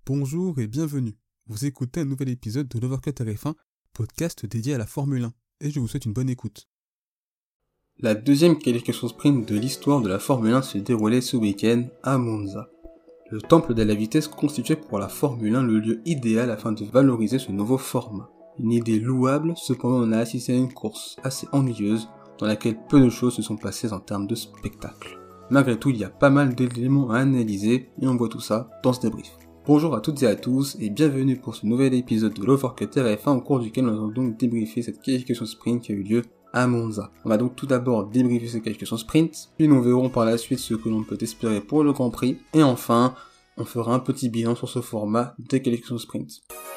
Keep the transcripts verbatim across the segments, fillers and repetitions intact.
Bonjour et bienvenue. Vous écoutez un nouvel épisode de l'Overcut R F un, podcast dédié à la Formule un, et je vous souhaite une bonne écoute. La deuxième qualification sprint de l'histoire de la Formule un se déroulait ce week-end à Monza. Le temple de la vitesse constituait pour la Formule un le lieu idéal afin de valoriser ce nouveau format. Une idée louable, cependant on a assisté à une course assez ennuyeuse dans laquelle peu de choses se sont passées en termes de spectacle. Malgré tout, il y a pas mal d'éléments à analyser et on voit tout ça dans ce débrief. Bonjour à toutes et à tous et bienvenue pour ce nouvel épisode de l'Overcut R F un au cours duquel nous allons donc débriefer cette qualification sprint qui a eu lieu à Monza. On va donc tout d'abord débriefer cette qualification sprint, puis nous verrons par la suite ce que l'on peut espérer pour le Grand Prix, et enfin, on fera un petit bilan sur ce format des qualifications sprint.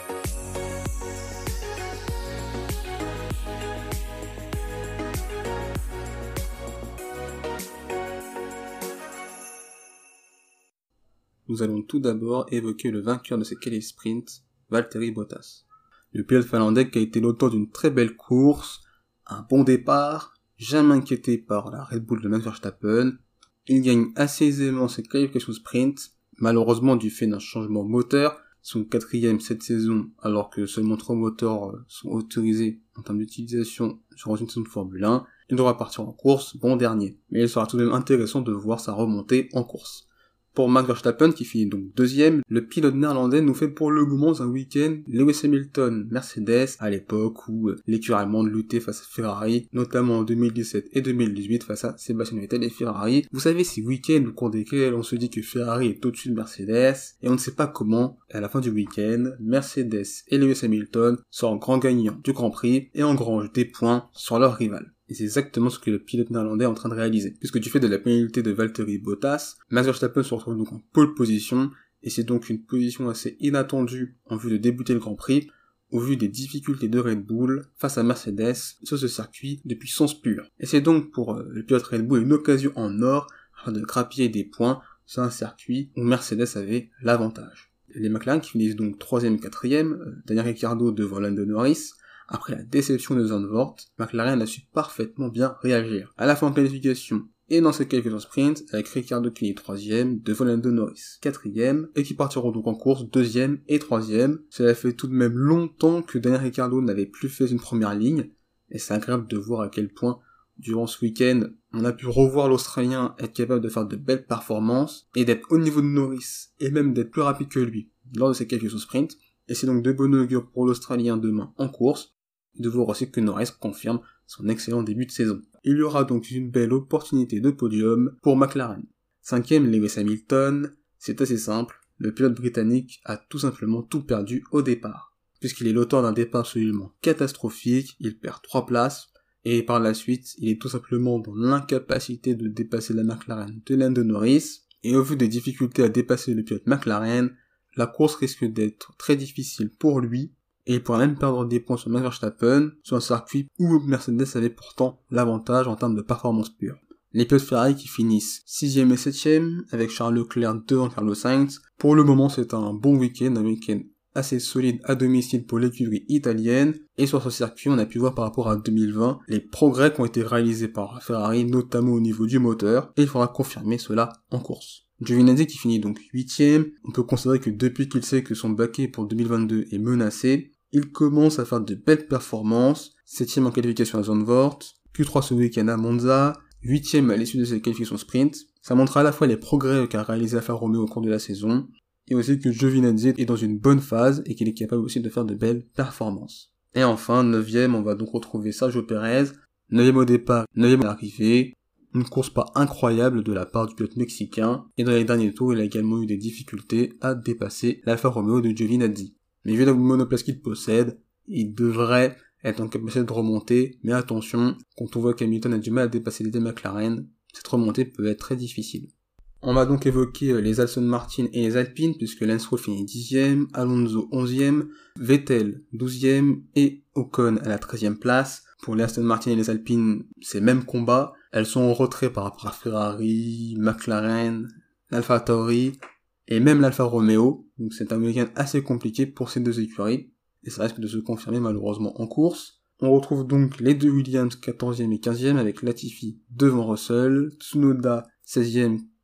Nous allons tout d'abord évoquer le vainqueur de ces qualifs sprint, Valtteri Bottas. Le pilote finlandais qui a été l'auteur d'une très belle course, un bon départ, jamais inquiété par la Red Bull de Max Verstappen. Il gagne assez aisément ses qualifications sprint, malheureusement du fait d'un changement moteur, son quatrième cette saison alors que seulement trois moteurs sont autorisés en termes d'utilisation sur une saison de Formule un. Il devra partir en course, bon dernier, mais il sera tout de même intéressant de voir sa remontée en course. Pour Max Verstappen, qui finit donc deuxième, le pilote néerlandais nous fait pour le moment un week-end Lewis Hamilton, Mercedes, à l'époque où l'écurie allemande luttait face à Ferrari, notamment en deux mille dix-sept et deux mille dix-huit face à Sebastian Vettel et Ferrari. Vous savez, ces week-ends au cours desquels on se dit que Ferrari est au-dessus de Mercedes, et on ne sait pas comment, et à la fin du week-end, Mercedes et Lewis Hamilton sortent grands gagnants du Grand Prix et engrangent des points sur leur rival. Et c'est exactement ce que le pilote néerlandais est en train de réaliser. Puisque du fait de la pénalité de Valtteri Bottas, Max Verstappen se retrouve donc en pole position, et c'est donc une position assez inattendue en vue de débuter le Grand Prix, au vu des difficultés de Red Bull face à Mercedes sur ce circuit de puissance pure. Et c'est donc pour euh, le pilote Red Bull une occasion en or afin de grappiller des points sur un circuit où Mercedes avait l'avantage. Les McLaren qui finissent donc troisième et quatrième, euh, Daniel Ricciardo devant Lando Norris. Après la déception de Zandvoort, McLaren a su parfaitement bien réagir, à la fois en qualification et dans ses qualifications sprint, avec Ricciardo qui est troisième, devant Lando Norris quatrième, et qui partiront donc en course deuxième et troisième. Cela fait tout de même longtemps que Daniel Ricciardo n'avait plus fait une première ligne, et c'est agréable de voir à quel point, durant ce week-end, on a pu revoir l'Australien être capable de faire de belles performances, et d'être au niveau de Norris, et même d'être plus rapide que lui, lors de ses qualifications sprint, et c'est donc de bon augure pour l'Australien demain en course, de voir aussi que Norris confirme son excellent début de saison. Il y aura donc une belle opportunité de podium pour McLaren. Cinquième, Lewis Hamilton. C'est assez simple, le pilote britannique a tout simplement tout perdu au départ. Puisqu'il est l'auteur d'un départ absolument catastrophique, il perd trois places, et par la suite, il est tout simplement dans l'incapacité de dépasser la McLaren de Lando Norris, et au vu des difficultés à dépasser le pilote McLaren, la course risque d'être très difficile pour lui, et il pourrait même perdre des points sur Max Verstappen, sur un circuit où Mercedes avait pourtant l'avantage en termes de performance pure. Les pilotes Ferrari qui finissent sixième et septième, avec Charles Leclerc devant Carlos Sainz. Pour le moment, c'est un bon week-end, un week-end assez solide à domicile pour l'écurie italienne, et sur ce circuit, on a pu voir par rapport à deux mille vingt, les progrès qui ont été réalisés par Ferrari, notamment au niveau du moteur, et il faudra confirmer cela en course. Giovinazzi qui finit donc huitième, on peut considérer que depuis qu'il sait que son baquet pour deux mille vingt-deux est menacé, il commence à faire de belles performances, septième en qualification à Zandvoort, Q trois ce week-end à Monza, huitième à l'issue de ses qualifications sprint. Ça montre à la fois les progrès qu'a réalisé Alfa Romeo au cours de la saison, et aussi que Giovinazzi est dans une bonne phase et qu'il est capable aussi de faire de belles performances. Et enfin, neuvième, on va donc retrouver Sergio Pérez, neuvième au départ, neuvième à l'arrivée, une course pas incroyable de la part du pilote mexicain, et dans les derniers tours, il a également eu des difficultés à dépasser l'Alfa Romeo de Giovinazzi. Mais vu la monoplace qu'il possède, il devrait être en capacité de remonter, mais attention, quand on voit qu'Hamilton a du mal à dépasser les deux McLaren, cette remontée peut être très difficile. On va donc évoquer les Aston Martin et les Alpines, puisque Lance Stroll finit dixième, Alonso onzième, Vettel douzième et Ocon à la treizième place. Pour les Aston Martin et les Alpines, c'est le même combat, elles sont en retrait par rapport à Ferrari, McLaren, AlphaTauri, et même l'Alfa Romeo, donc c'est un week-end assez compliqué pour ces deux écuries, et ça risque de se confirmer malheureusement en course. On retrouve donc les deux Williams quatorzième et quinzième avec Latifi devant Russell, Tsunoda seizième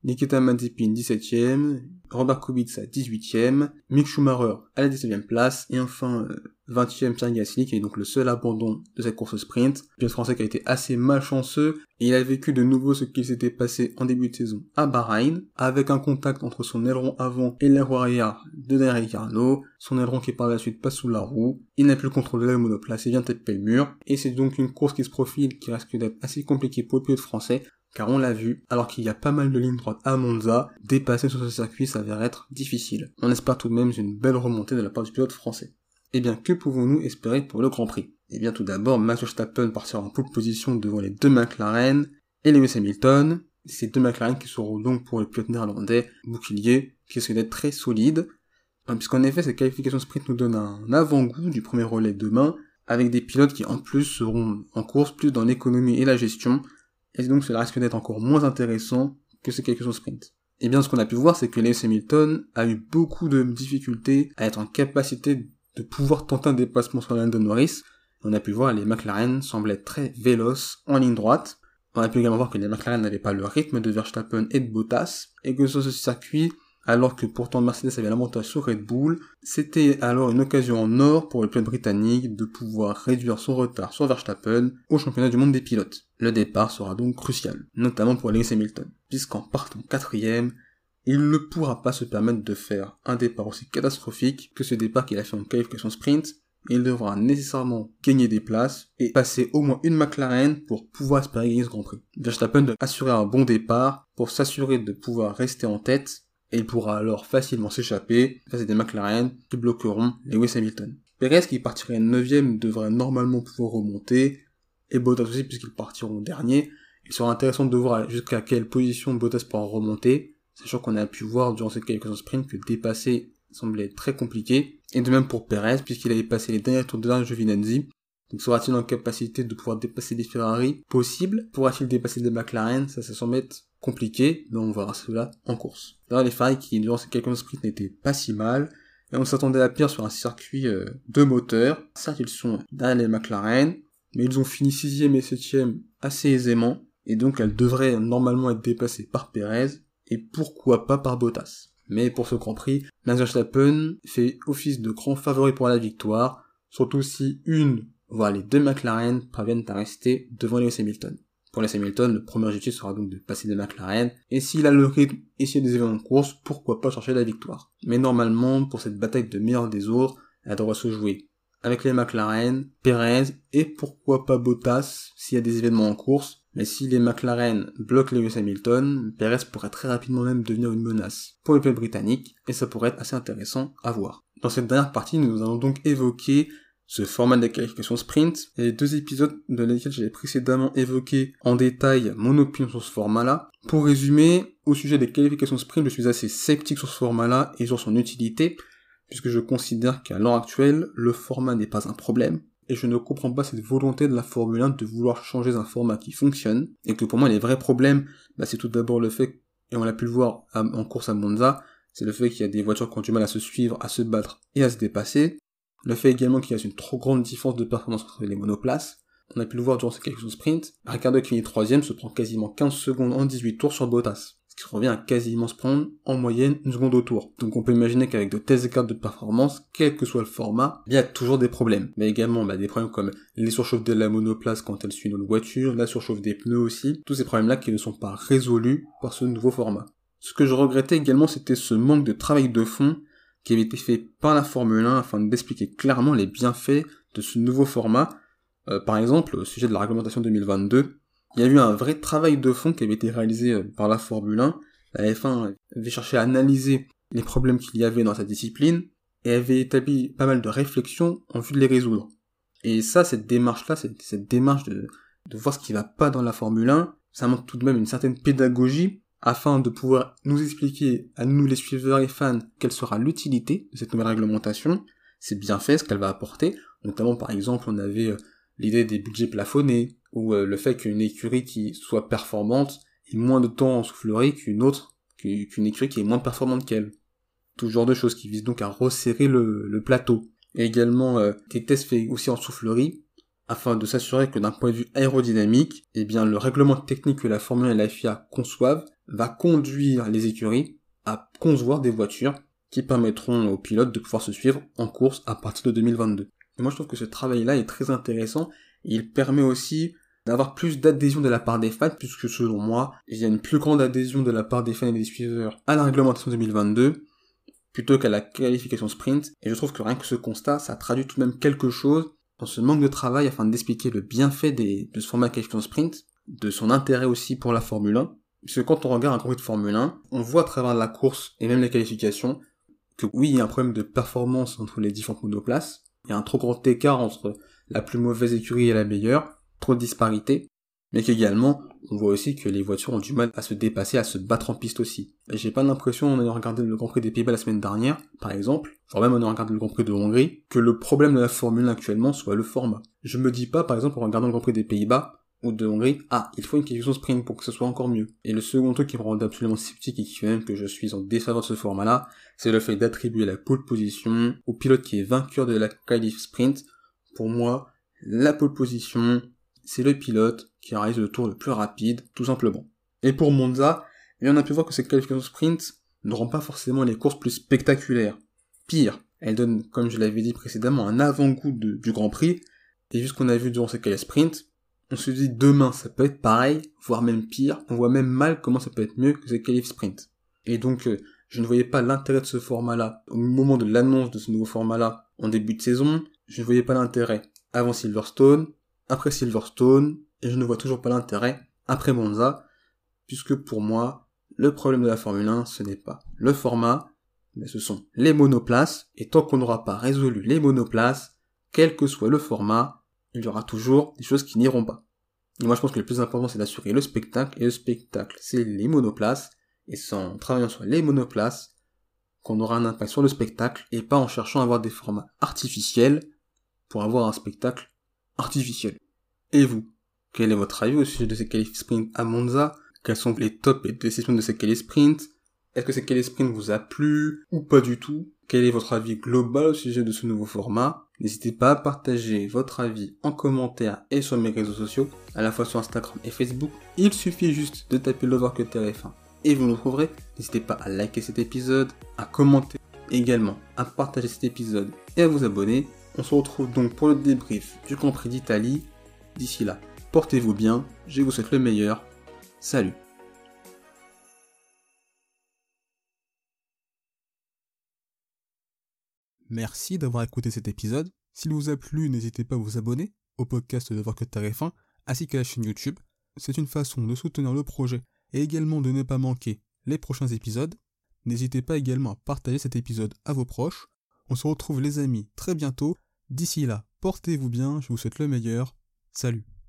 Nikita Mazepin dix-septième, Robert Kubica dix-huitième, Mick Schumacher à la dix-neuvième place, et enfin euh, vingtième Pierre Gasly, qui est donc le seul abandon de cette course sprint. Le pilote français qui a été assez malchanceux, et il a vécu de nouveau ce qui s'était passé en début de saison à Bahreïn, avec un contact entre son aileron avant et l'aileron arrière de Daniel Ricciardo, son aileron qui par la suite passe sous la roue, il n'a plus contrôlé le monoplace et vient taper le mur, et c'est donc une course qui se profile qui risque d'être assez compliquée pour le pilote français, car on l'a vu, alors qu'il y a pas mal de lignes droites à Monza, dépasser sur ce circuit s'avère être difficile. On espère tout de même une belle remontée de la part du pilote français. Eh bien, que pouvons-nous espérer pour le Grand Prix? Eh bien, tout d'abord, Max Verstappen partira en pole position devant les deux McLaren et Lewis Hamilton. Ces deux McLaren qui seront donc pour le pilote néerlandais bouclier, qui risque d'être très solide, puisqu'en effet, cette qualification sprint nous donne un avant-goût du premier relais demain, avec des pilotes qui en plus seront en course plus dans l'économie et la gestion, et donc cela risque d'être encore moins intéressant que ces qualifications sprint. Et bien, ce qu'on a pu voir, c'est que Lewis Hamilton a eu beaucoup de difficultés à être en capacité de pouvoir tenter un dépassement sur Lando Norris. On a pu voir les McLaren semblaient très véloces en ligne droite. On a pu également voir que les McLaren n'avaient pas le rythme de Verstappen et de Bottas, et que sur ce circuit, alors que pourtant Mercedes avait l'avantage sur Red Bull, c'était alors une occasion en or pour le pilote britannique de pouvoir réduire son retard sur Verstappen au championnat du monde des pilotes. Le départ sera donc crucial, notamment pour Lewis Hamilton, puisqu'en partant quatrième, il ne pourra pas se permettre de faire un départ aussi catastrophique que ce départ qu'il a fait en qualification sprint. Il devra nécessairement gagner des places et passer au moins une McLaren pour pouvoir espérer gagner ce Grand Prix. Verstappen doit assurer un bon départ pour s'assurer de pouvoir rester en tête, et il pourra alors facilement s'échapper face à des McLaren qui bloqueront Lewis Hamilton. Perez, qui partirait neuvième, devrait normalement pouvoir remonter, et Bottas aussi puisqu'ils partiront dernier. Il sera intéressant de voir jusqu'à quelle position Bottas pourra remonter, sachant qu'on a pu voir durant cette qualification sprint que dépasser semblait très compliqué, et de même pour Perez puisqu'il avait passé les derniers tours de la Giovinazzi. Donc sera-t-il en capacité de pouvoir dépasser des Ferrari? Possible. Pourra-t-il dépasser des McLaren? Ça, ça semble être compliqué, mais on verra cela en course. D'ailleurs, les Ferrari qui, durant ces quelques sprint, n'étaient pas si mal, et on s'attendait à pire sur un circuit euh, de moteur. Certes, ils sont derrière les McLaren, mais ils ont fini sixième et septième assez aisément, et donc elles devraient normalement être dépassées par Perez, et pourquoi pas par Bottas. Mais pour ce Grand Prix, Max Verstappen fait office de grand favori pour la victoire, surtout si une, voire les deux McLaren parviennent à rester devant Lewis Hamilton. Pour Lewis Hamilton, le premier objectif sera donc de passer des McLaren, et s'il a le rythme et s'il y a des événements de course, pourquoi pas chercher la victoire. Mais normalement, pour cette bataille de meilleurs des autres, elle devra se jouer avec les McLaren, Perez, et pourquoi pas Bottas s'il y a des événements en course. Mais si les McLaren bloquent Lewis Hamilton, Perez pourrait très rapidement même devenir une menace pour le pilote britannique, et ça pourrait être assez intéressant à voir. Dans cette dernière partie, nous allons donc évoquer ce format de qualification sprint, et les deux épisodes de lesquels j'avais précédemment évoqué en détail mon opinion sur ce format-là. Pour résumer, au sujet des qualifications sprint, je suis assez sceptique sur ce format-là et sur son utilité, puisque je considère qu'à l'heure actuelle, le format n'est pas un problème, et je ne comprends pas cette volonté de la Formule un de vouloir changer un format qui fonctionne, et que pour moi les vrais problèmes, bah, c'est tout d'abord le fait, et on l'a pu le voir à, en course à Monza, c'est le fait qu'il y a des voitures qui ont du mal à se suivre, à se battre et à se dépasser, le fait également qu'il y a une trop grande différence de performance entre les monoplaces. On a pu le voir durant ces quelques sprint. Ricciardo qui finit troisième se prend quasiment quinze secondes en dix-huit tours sur Bottas, ce qui revient à quasiment se prendre en moyenne une seconde au tour. Donc on peut imaginer qu'avec de tels écarts de performance, quel que soit le format, il y a toujours des problèmes. Mais également bah, des problèmes comme les surchauffes de la monoplace quand elle suit une autre voiture, la surchauffe des pneus aussi, tous ces problèmes-là qui ne sont pas résolus par ce nouveau format. Ce que je regrettais également, c'était ce manque de travail de fond qui avait été fait par la Formule un afin d'expliquer clairement les bienfaits de ce nouveau format. Euh, par exemple, au sujet de la réglementation deux mille vingt-deux, il y a eu un vrai travail de fond qui avait été réalisé euh, par la Formule un. La F un avait cherché à analyser les problèmes qu'il y avait dans sa discipline, et avait établi pas mal de réflexions en vue de les résoudre. Et ça, cette démarche-là, cette, cette démarche de, de voir ce qui va pas dans la Formule un, ça montre tout de même une certaine pédagogie, afin de pouvoir nous expliquer, à nous les suiveurs et fans, quelle sera l'utilité de cette nouvelle réglementation, c'est bien fait ce qu'elle va apporter, notamment par exemple on avait euh, l'idée des budgets plafonnés, ou euh, le fait qu'une écurie qui soit performante ait moins de temps en soufflerie qu'une autre, qu'une écurie qui est moins performante qu'elle. Tout ce genre de choses qui visent donc à resserrer le, le plateau. Et également euh, des tests faits aussi en soufflerie, afin de s'assurer que d'un point de vue aérodynamique, eh bien, le règlement technique que la Formule un et la F I A conçoivent va conduire les écuries à concevoir des voitures qui permettront aux pilotes de pouvoir se suivre en course à partir de deux mille vingt-deux. Et moi, je trouve que ce travail-là est très intéressant et il permet aussi d'avoir plus d'adhésion de la part des fans, puisque selon moi, il y a une plus grande adhésion de la part des fans et des suiveurs à la réglementation deux mille vingt-deux plutôt qu'à la qualification sprint. Et je trouve que rien que ce constat, ça traduit tout de même quelque chose dans ce manque de travail afin d'expliquer le bienfait des, de ce format de qualification sprint, de son intérêt aussi pour la Formule un. Puisque quand on regarde un Grand Prix de Formule un, on voit à travers la course et même les qualifications que oui, il y a un problème de performance entre les différentes monoplaces. Il y a un trop grand écart entre la plus mauvaise écurie et la meilleure, trop de disparité, mais qu'également, on voit aussi que les voitures ont du mal à se dépasser, à se battre en piste aussi. Et j'ai pas l'impression, en ayant regardé le Grand Prix des Pays-Bas la semaine dernière, par exemple, voire même en ayant regardé le Grand Prix de Hongrie, que le problème de la Formule un actuellement soit le format. Je me dis pas, par exemple, en regardant le Grand Prix des Pays-Bas, ou de Hongrie, ah, il faut une qualification sprint pour que ce soit encore mieux. Et le second truc qui me rend absolument sceptique et qui fait même que je suis en défaveur de ce format-là, c'est le fait d'attribuer la pole position au pilote qui est vainqueur de la qualif sprint. Pour moi, la pole position, c'est le pilote qui réalise le tour le plus rapide, tout simplement. Et pour Monza, eh bien, on a pu voir que cette qualification sprint ne rend pas forcément les courses plus spectaculaires. Pire, elle donne, comme je l'avais dit précédemment, un avant-goût de, du Grand Prix, et vu ce qu'on a vu durant cette qualif sprint, on se dit demain ça peut être pareil, voire même pire, on voit même mal comment ça peut être mieux que ces qualif sprint. Et donc, euh, je ne voyais pas l'intérêt de ce format-là, au moment de l'annonce de ce nouveau format-là, en début de saison, je ne voyais pas l'intérêt avant Silverstone, après Silverstone, et je ne vois toujours pas l'intérêt après Monza, puisque pour moi, le problème de la Formule un, ce n'est pas le format, mais ce sont les monoplaces, et tant qu'on n'aura pas résolu les monoplaces, quel que soit le format, il y aura toujours des choses qui n'iront pas. Et moi je pense que le plus important c'est d'assurer le spectacle, et le spectacle c'est les monoplaces, et c'est en travaillant sur les monoplaces qu'on aura un impact sur le spectacle, et pas en cherchant à avoir des formats artificiels pour avoir un spectacle artificiel. Et vous, quel est votre avis au sujet de ces qualifs sprint à Monza? Quels sont les tops et décisions de ces qualifs sprint? Est-ce que ces qualifs sprint vous a plu ou pas du tout? Quel est votre avis global au sujet de ce nouveau format? N'hésitez pas à partager votre avis en commentaire et sur mes réseaux sociaux, à la fois sur Instagram et Facebook. Il suffit juste de taper l'Overcutter F un et vous nous trouverez. N'hésitez pas à liker cet épisode, à commenter, également à partager cet épisode et à vous abonner. On se retrouve donc pour le débrief du Grand Prix d'Italie. D'ici là, portez-vous bien, je vous souhaite le meilleur. Salut! Merci d'avoir écouté cet épisode. S'il vous a plu, n'hésitez pas à vous abonner au podcast de L'Overcutter F un ainsi qu'à la chaîne YouTube. C'est une façon de soutenir le projet et également de ne pas manquer les prochains épisodes. N'hésitez pas également à partager cet épisode à vos proches. On se retrouve les amis très bientôt. D'ici là, portez-vous bien, je vous souhaite le meilleur. Salut!